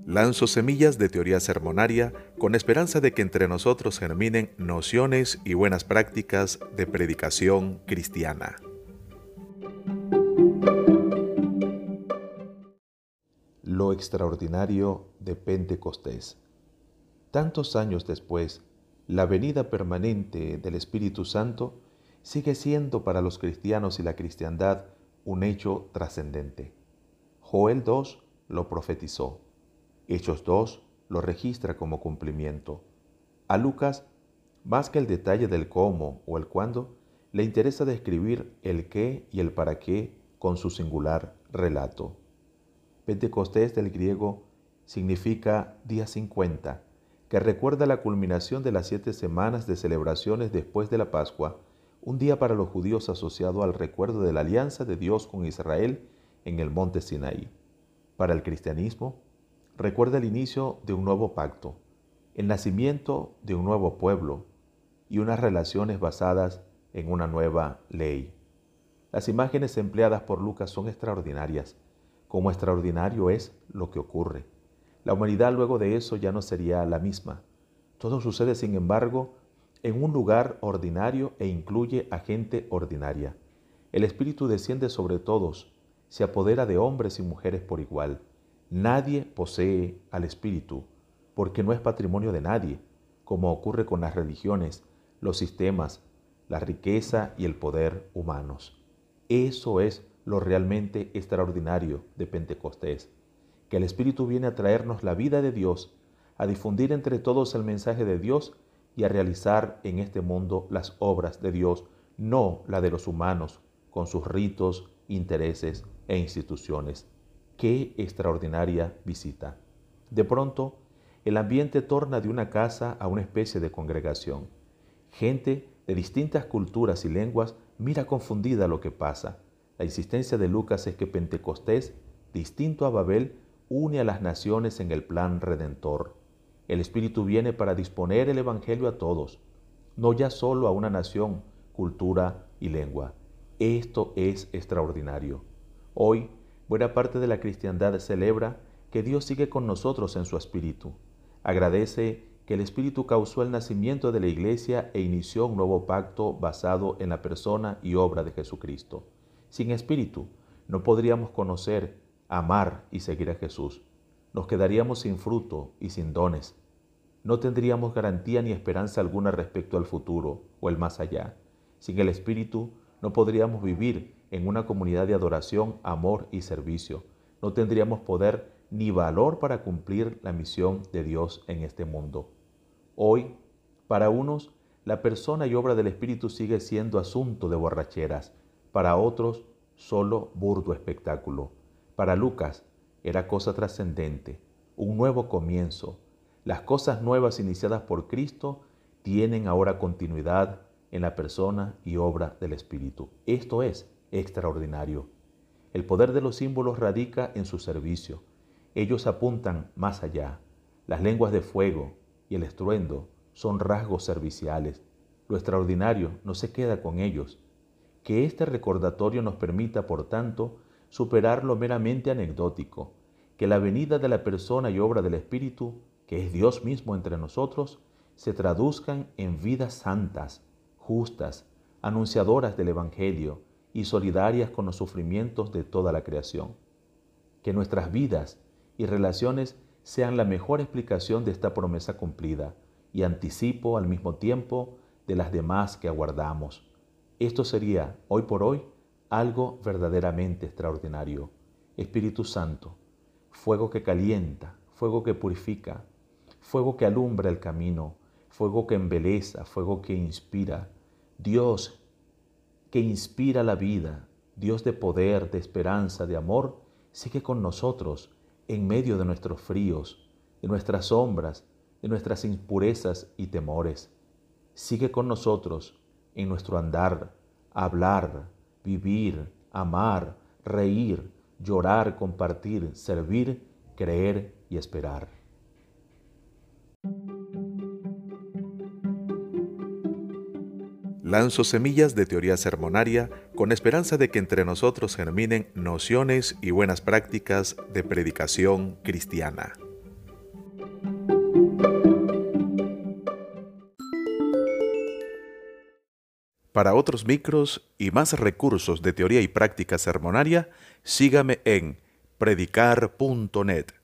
Lanzo semillas de teoría sermonaria con esperanza de que entre nosotros germinen nociones y buenas prácticas de predicación cristiana. Lo extraordinario de Pentecostés. Tantos años después, la venida permanente del Espíritu Santo sigue siendo para los cristianos y la cristiandad un hecho trascendente. Joel 2 lo profetizó. Hechos 2 lo registra como cumplimiento. A Lucas, más que el detalle del cómo o el cuándo, le interesa describir el qué y el para qué con su singular relato. Pentecostés del griego significa día 50, que recuerda la culminación de las 7 semanas de celebraciones después de la Pascua, un día para los judíos asociado al recuerdo de la alianza de Dios con Israel en el monte Sinaí. Para el cristianismo, recuerda el inicio de un nuevo pacto, el nacimiento de un nuevo pueblo y unas relaciones basadas en una nueva ley. Las imágenes empleadas por Lucas son extraordinarias, como extraordinario es lo que ocurre. La humanidad luego de eso ya no sería la misma. Todo sucede, sin embargo, en un lugar ordinario e incluye a gente ordinaria. El Espíritu desciende sobre todos, se apodera de hombres y mujeres por igual. Nadie posee al Espíritu, porque no es patrimonio de nadie, como ocurre con las religiones, los sistemas, la riqueza y el poder humanos. Eso es lo realmente extraordinario de Pentecostés, que el Espíritu viene a traernos la vida de Dios, a difundir entre todos el mensaje de Dios y a realizar en este mundo las obras de Dios, no la de los humanos, con sus ritos, intereses e instituciones. ¡Qué extraordinaria visita! De pronto, el ambiente torna de una casa a una especie de congregación. Gente de distintas culturas y lenguas mira confundida lo que pasa. La insistencia de Lucas es que Pentecostés, distinto a Babel, une a las naciones en el plan redentor. El Espíritu viene para disponer el Evangelio a todos, no ya solo a una nación, cultura y lengua. Esto es extraordinario. Hoy, buena parte de la cristiandad celebra que Dios sigue con nosotros en su Espíritu. Agradece que el Espíritu causó el nacimiento de la Iglesia e inició un nuevo pacto basado en la persona y obra de Jesucristo. Sin Espíritu, no podríamos conocer, amar y seguir a Jesús. Nos quedaríamos sin fruto y sin dones. No tendríamos garantía ni esperanza alguna respecto al futuro o el más allá. Sin el Espíritu, no podríamos vivir en una comunidad de adoración, amor y servicio. No tendríamos poder ni valor para cumplir la misión de Dios en este mundo. Hoy, para unos, la persona y obra del Espíritu sigue siendo asunto de borracheras. Para otros, solo burdo espectáculo. Para Lucas, era cosa trascendente, un nuevo comienzo. Las cosas nuevas iniciadas por Cristo tienen ahora continuidad en la persona y obra del Espíritu. Esto es extraordinario. El poder de los símbolos radica en su servicio. Ellos apuntan más allá. Las lenguas de fuego y el estruendo son rasgos serviciales. Lo extraordinario no se queda con ellos. Que este recordatorio nos permita, por tanto, superar lo meramente anecdótico, que la venida de la persona y obra del Espíritu, que es Dios mismo entre nosotros, se traduzcan en vidas santas, justas, anunciadoras del Evangelio y solidarias con los sufrimientos de toda la creación. Que nuestras vidas y relaciones sean la mejor explicación de esta promesa cumplida y anticipo al mismo tiempo de las demás que aguardamos. Esto sería, hoy por hoy, algo verdaderamente extraordinario. Espíritu Santo, fuego que calienta, fuego que purifica, fuego que alumbra el camino, fuego que embeleza, fuego que inspira. Dios que inspira la vida, Dios de poder, de esperanza, de amor, sigue con nosotros en medio de nuestros fríos, de nuestras sombras, de nuestras impurezas y temores. Sigue con nosotros en nuestro andar, hablar, vivir, amar, reír, llorar, compartir, servir, creer y esperar. Lanzo semillas de teoría sermonaria con esperanza de que entre nosotros germinen nociones y buenas prácticas de predicación cristiana. Para otros micros y más recursos de teoría y práctica sermonaria, sígame en predicar.net.